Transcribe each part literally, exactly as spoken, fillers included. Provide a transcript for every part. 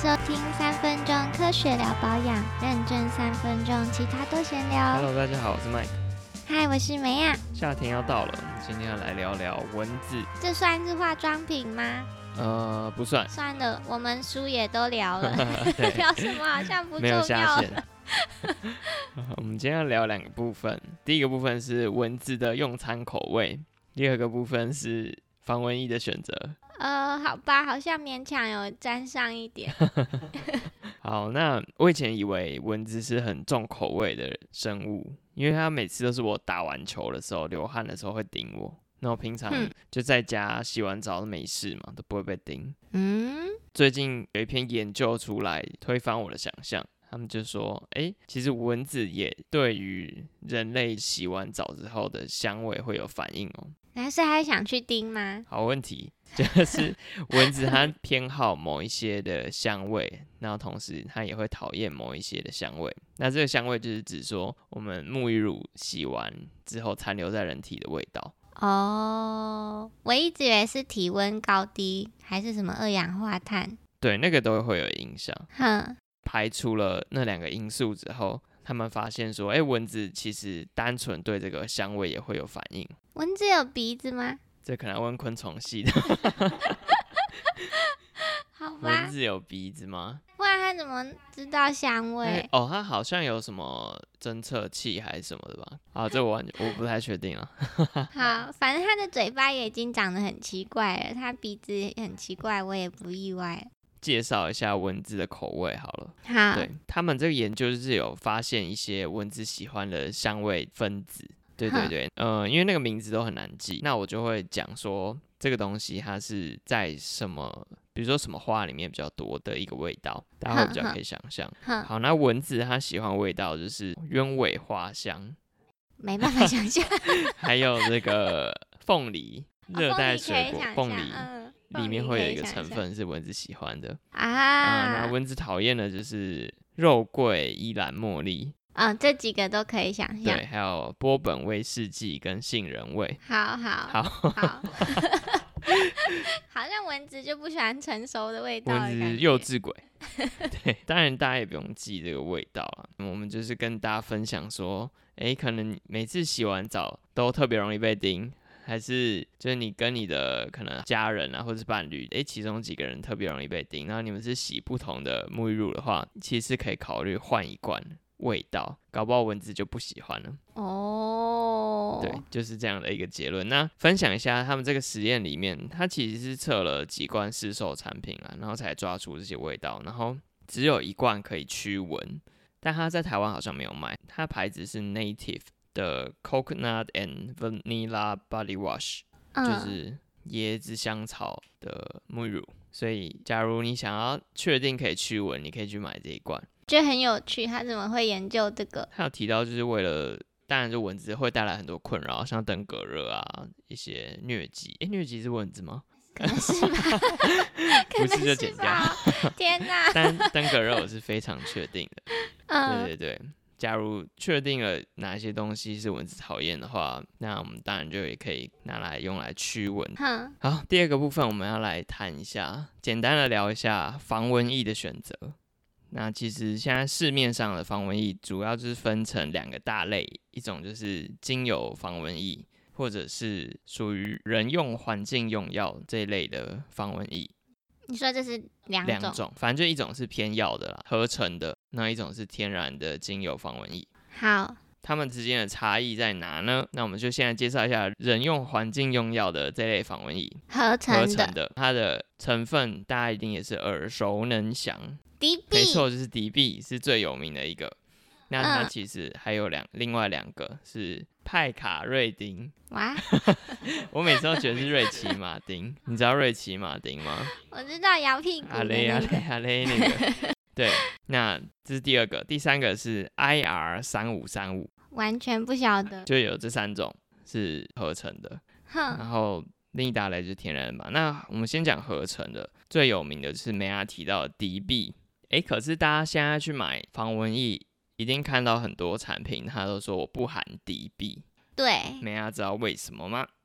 收听三分钟科学聊保养，认真三分钟，其他都闲聊。 Hello， 大家好，我是 Mike。 嗨，我是梅亚。 夏天要到了，我们今天要来聊聊蚊子。 这算是化妆品吗？ 呃，不算。 算了，我们书也都聊了聊什么好像不重要了。 没有下限我们今天要聊两个部分，第一个部分是蚊子的用餐口味，第二个部分是防蚊液的选择。 呃，好吧，好像勉强有沾上一点好，那我以前以为蚊子是很重口味的生物，因为它每次都是我打完球的时候流汗的时候会叮我，那我平常就在家洗完澡都没事嘛，都不会被叮。 嗯， 最近有一篇研究出来推翻我的想象，他们就说，哎，其实蚊子也对于人类洗完澡之后的香味会有反应哦。 但是还想去叮吗？ 好问题，就是蚊子它偏好某一些的香味，然后同时它也会讨厌某一些的香味。那这个香味就是指说我们沐浴乳洗完之后残留在人体的味道。 哦，我一直以为是体温高低还是什么二氧化碳。 对，那个都会有影响。 哼， 排除了那两个因素之后，他们发现说，哎，蚊子其实单纯对这个香味也会有反应。 蚊子有鼻子吗？ 这可能要问昆虫系的好吧， 蚊子有鼻子吗？ 不然它怎么知道香味？ 欸、哦，它好像有什么侦测器还是什么的吧？啊，这我完我不太确定啊。 好，反正它的嘴巴也已经长得很奇怪了，它鼻子很奇怪，我也不意外。 介绍一下蚊子的口味好了。 好， 对，他们这个研究就是有发现一些蚊子喜欢的香味分子。对对对，呃，因为那个名字都很难记，那我就会讲说这个东西它是在什么，比如说什么花里面比较多的一个味道，大家会比较可以想象。好，那蚊子它喜欢的味道就是鸢尾花香， 没办法想象。 还有这个凤梨，热带水果凤梨。 嗯， 里面会有一个成分是蚊子喜欢的啊， 嗯、那蚊子讨厌的就是肉桂、依兰茉莉。 嗯，这几个都可以想象。 对，还有波本威士忌跟杏仁味。 好好好好好像蚊子就不喜欢成熟的味道的感觉。 蚊子幼稚鬼对，当然大家也不用记这个味道啊，我们就是跟大家分享说，哎，可能每次洗完澡都特别容易被叮，还是就是你跟你的可能家人啊，或是伴侣，哎，其中几个人特别容易被叮，然后你们是洗不同的沐浴乳的话，其实可以考虑换一罐味道，搞不好蚊子就不喜欢了。 哦， 对，就是这样的一个结论。那分享一下他们这个实验里面，他其实是测了几罐市售产品啦，然后才抓出这些味道，然后只有一罐可以驱蚊，但他在台湾好像没有卖，它牌子是 Native 的 Coconut and Vanilla Body Wash， 嗯， 就是椰子香草的沐浴乳。所以假如你想要确定可以驱蚊，你可以去买这一罐。 觉得很有趣，他怎么会研究这个？ 他有提到就是为了，当然就蚊子会带来很多困扰，像登革热啊，一些疟疾。哎，疟疾是蚊子吗？ 可能是吧不是就剪掉。 天哪！ 但登革热我是非常确定的。 嗯， 对对对，假如确定了哪些东西是蚊子讨厌的话，那我们当然就也可以拿来用来驱蚊。 哼， 好，第二个部分我们要来谈一下，简单的聊一下防蚊液的选择。那其实现在市面上的防蚊液主要就是分成两个大类，一种就是精油防蚊液，或者是属于人用环境用药这一类的防蚊液。 你说这是两种？ 两种，反正就一种是偏药的啦，合成的，那一种是天然的精油防蚊液。 好， 它们之间的差异在哪呢？那我们就现在介绍一下人用环境用药的这类防蚊液， 合成的， 合成的，它的成分大家一定也是耳熟能详。 迪碧， 没错，就是迪碧是最有名的一个。那它嗯其实还有两、另外两个是派卡瑞丁。 哇， 我每次都觉得是瑞奇马丁，你知道瑞奇马丁吗？ 我知道摇屁股的阿雷阿那个。 雷阿雷那个。对，那这是第二个，第三个是 I R 三五三五， 完全不晓得。 就有这三种是合成的， 哼， 然后另一大类就是天然的嘛。那我们先讲合成的，最有名的是梅亚提到的迪碧。哎，可是大家现在去买防蚊液，一定看到很多产品，他都说我不含迪碧。 对， 梅亚知道为什么吗？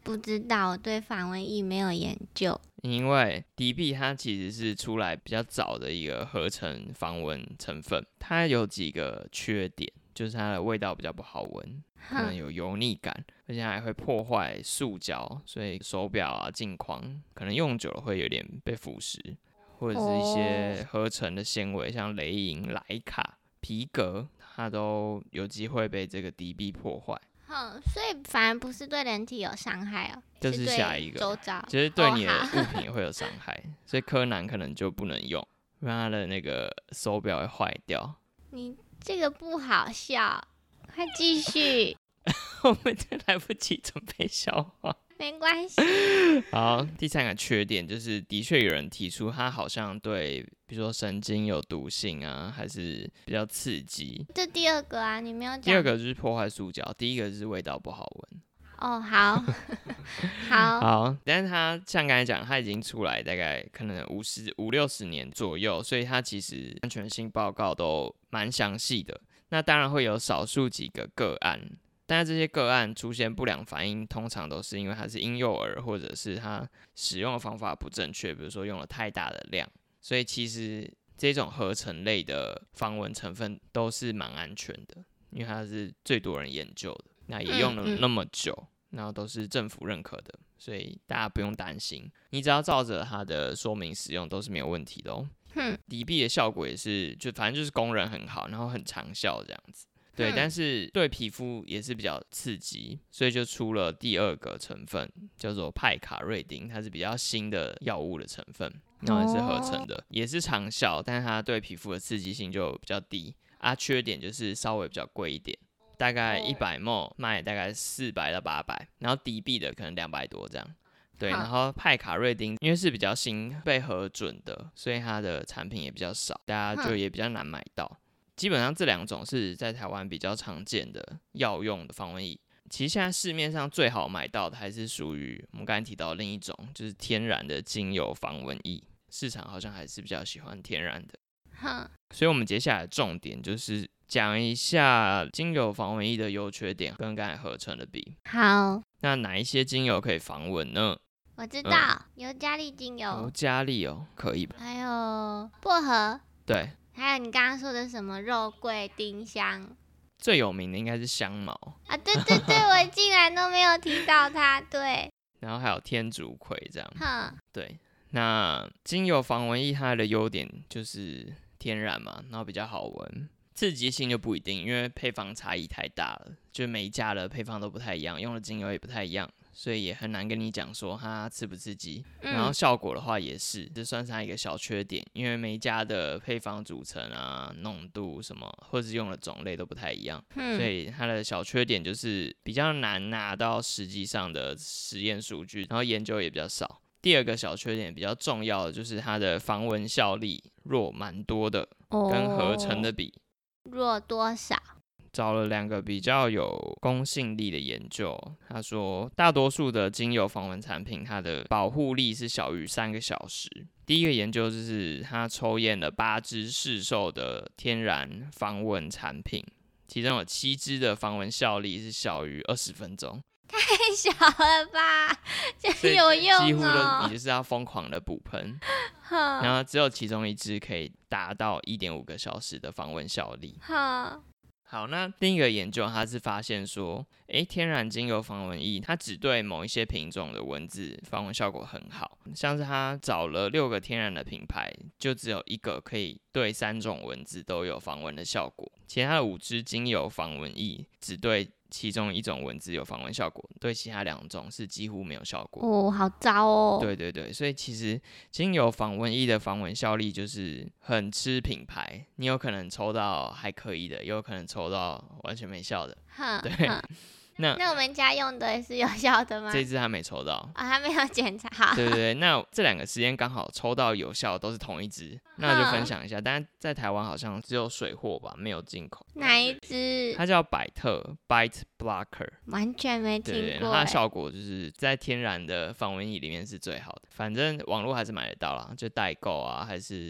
不知道，我对防蚊液没有研究。 因为迪碧它其实是出来比较早的一个合成防蚊成分，它有几个缺点，就是它的味道比较不好闻，可能有油腻感，而且还会破坏塑胶，所以手表啊、镜框可能用久了会有点被腐蚀，或者是一些合成的纤维，像雷银、莱卡、皮革，它都有机会被这个迪碧破坏。 嗯，所以反而不是对人体有伤害哦， 这是下一个， 周遭其实对你的物品也会有伤害，哦、所以柯南可能就不能用，不然他的那个手表会坏掉。 你这个不好笑，快继续。 我们就来不及准备笑话。 没关系。 好，第三个缺点就是，的确有人提出它好像对，比如说神经有毒性啊，还是比较刺激。 这第二个啊，你没有讲。 第二个就是破坏塑胶，第一个是味道不好闻。 哦，好，好， 好，但是它像刚才讲，它已经出来大概可能五十五六十年左右，所以它其实安全性报告都蛮详细的。那当然会有少数几个个案。但是这些个案出现不良反应，通常都是因为它是婴幼儿，或者是它使用的方法不正确，比如说用了太大的量。所以其实这种合成类的防蚊成分都是蛮安全的，因为它是最多人研究的，那也用了那么久，嗯嗯然后都是政府认可的，所以大家不用担心，你只要照着它的说明使用都是没有问题的哦。嗯，迪碧的效果也是，就反正就是功能很好，然后很长效这样子。对，但是对皮肤也是比较刺激，所以就出了第二个成分，叫做派卡瑞丁，它是比较新的药物的成分，然后也是合成的，也是长效，但是它对皮肤的刺激性就比较低啊。缺点就是稍微比较贵一点，大概一百 ml 卖大概四百到八百，然后迪碧的可能两百多这样。对，然后派卡瑞丁因为是比较新被核准的，所以它的产品也比较少，大家就也比较难买到。基本上这两种是在台湾比较常见的药用的防蚊液。其实现在市面上最好买到的还是属于我们刚才提到的另一种，就是天然的精油防蚊液。市场好像还是比较喜欢天然的。所以我们接下来的重点就是讲一下精油防蚊液的优缺点跟刚才合成的比。 好， 那哪一些精油可以防蚊呢？ 我知道，尤、嗯、加利精油。 尤加利哦，可以吧？ 还有薄荷。 对。 还有你刚刚说的什么肉桂、丁香， 最有名的应该是香茅啊！对对对，我竟然都没有提到它。对， 然后还有天竺葵这样。 哼， 对，那精油防蚊液它的优点就是天然嘛，然后比较好闻，刺激性就不一定，因为配方差异太大了，就每一家的配方都不太一样，用的精油也不太一样。所以也很难跟你讲说它刺不刺激，嗯、然后效果的话也是，这算是它一个小缺点，因为每一家的配方组成啊、浓度什么，或者是用的种类都不太一样，嗯、所以它的小缺点就是比较难拿到实际上的实验数据，然后研究也比较少。第二个小缺点比较重要的就是它的防蚊效力弱蛮多的，哦、跟合成的比弱多少？ 找了两个比较有公信力的研究，他说大多数的精油防蚊产品，它的保护力是小于三个小时。第一个研究就是他抽验了八支市售的天然防蚊产品，其中有七支的防蚊效力是小于二十分钟。 太小了吧，这有用哦！ 几乎都你就是要疯狂的补喷，然后只有其中一支可以达到 一点五个小时的防蚊效力。好，那另一个研究，它是发现说，诶，天然精油防蚊液，它只对某一些品种的蚊子防蚊效果很好，像是它找了六个天然的品牌，就只有一个可以对三种蚊子都有防蚊的效果，其他的五支精油防蚊液只对其中一种蚊子有防蚊效果，对其他两种是几乎没有效果。 哦，好糟哦。 对对对，所以其实精油防蚊液的防蚊效力就是很吃品牌，你有可能抽到还可以的，也有可能抽到完全没效的。对，那那我们家用的也是有效的吗？ 这支还没抽到啊、哦，还没有检查好。 对对对，那这两个实验刚好抽到有效，都是同一支，那就分享一下。但是在台湾好像只有水货吧，没有进口。 哪一支？ 它叫百特 Bite Blocker， 完全没听过。 对对对，它的效果就是在天然的防蚊液里面是最好的，反正网络还是买得到啦，就代购啊，还是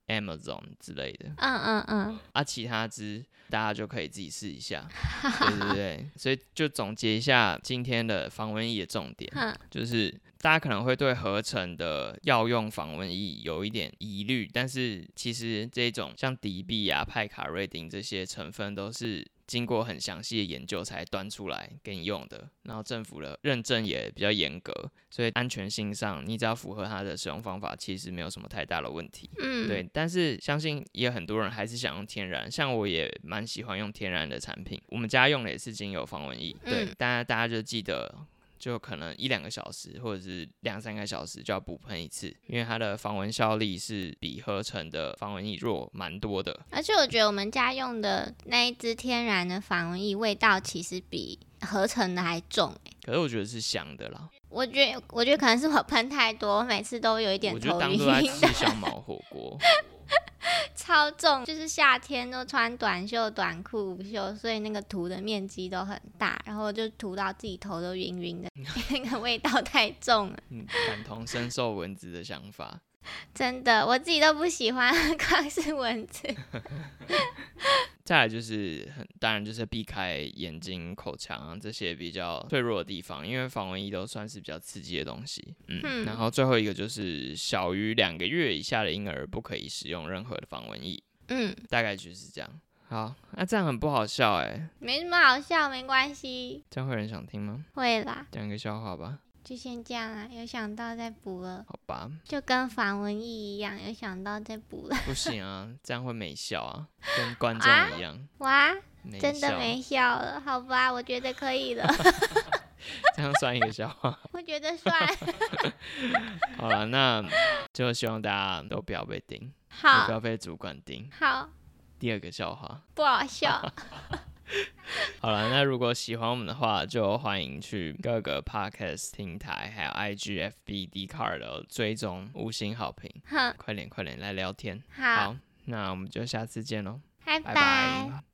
Amazon 之类的。 嗯嗯嗯。 啊，其他支大家就可以自己试一下。对对对，所以就总结一下今天的防蚊液的重点，就是大家可能会对合成的药用防蚊液有一点疑虑，但是其实这种像迪碧啊、派卡瑞丁这些成分都是经过很详细的研究才端出来给你用的，然后政府的认证也比较严格，所以安全性上你只要符合它的使用方法，其实没有什么太大的问题。嗯，对。但是相信也有很多人还是想用天然，像我也蛮喜欢用天然的产品，我们家用的也是精油防蚊液。对，大家大家就记得。就可能一两个小时或者是两三个小时就要补喷一次，因为它的防蚊效力是比合成的防蚊液弱蛮多的。 而且我觉得我们家用的那一支天然的防蚊液味道其实比合成的还重、欸、 可是我觉得是香的啦。 我觉得我觉得可能是我喷太多，我每次都有一点头晕晕的。 我觉得当作在吃香茅火锅。 超重，就是夏天都穿短袖短裤无袖，所以那个涂的面积都很大，然后就涂到自己头都晕晕的，那个味道太重了。 嗯，感同身受蚊子的想法。 真的，我自己都不喜欢，光是蚊子。 再来就是很当然就是避开眼睛、口腔、啊、这些比较脆弱的地方，因为防蚊液都算是比较刺激的东西。嗯，嗯然后最后一个就是小于两个月以下的婴儿不可以使用任何的防蚊液。嗯，大概就是这样。好，那、啊、这样很不好笑哎、欸。 没什么好笑，没关系。 这样会有人想听吗？ 会啦。 讲一个笑话吧。 就先这样啊，有想到再补了。 好吧， 就跟防蚊液一样，有想到再补了。 不行啊，这样会没笑啊，跟观众一样。 啊、哇，真的没笑了，好吧，我觉得可以了。 这样算一个笑话？ 我觉得算。 好了，那就希望大家都不要被叮， 好， 不要被主管叮。 好。 第二个笑话。 不好笑。 好了，那如果喜欢我们的话，就欢迎去各个 podcast 平台，还有 I G F B Dcard 的追踪五星好评。快点快点来聊天。 好， 好，那我们就下次见咯， 拜拜。 拜拜。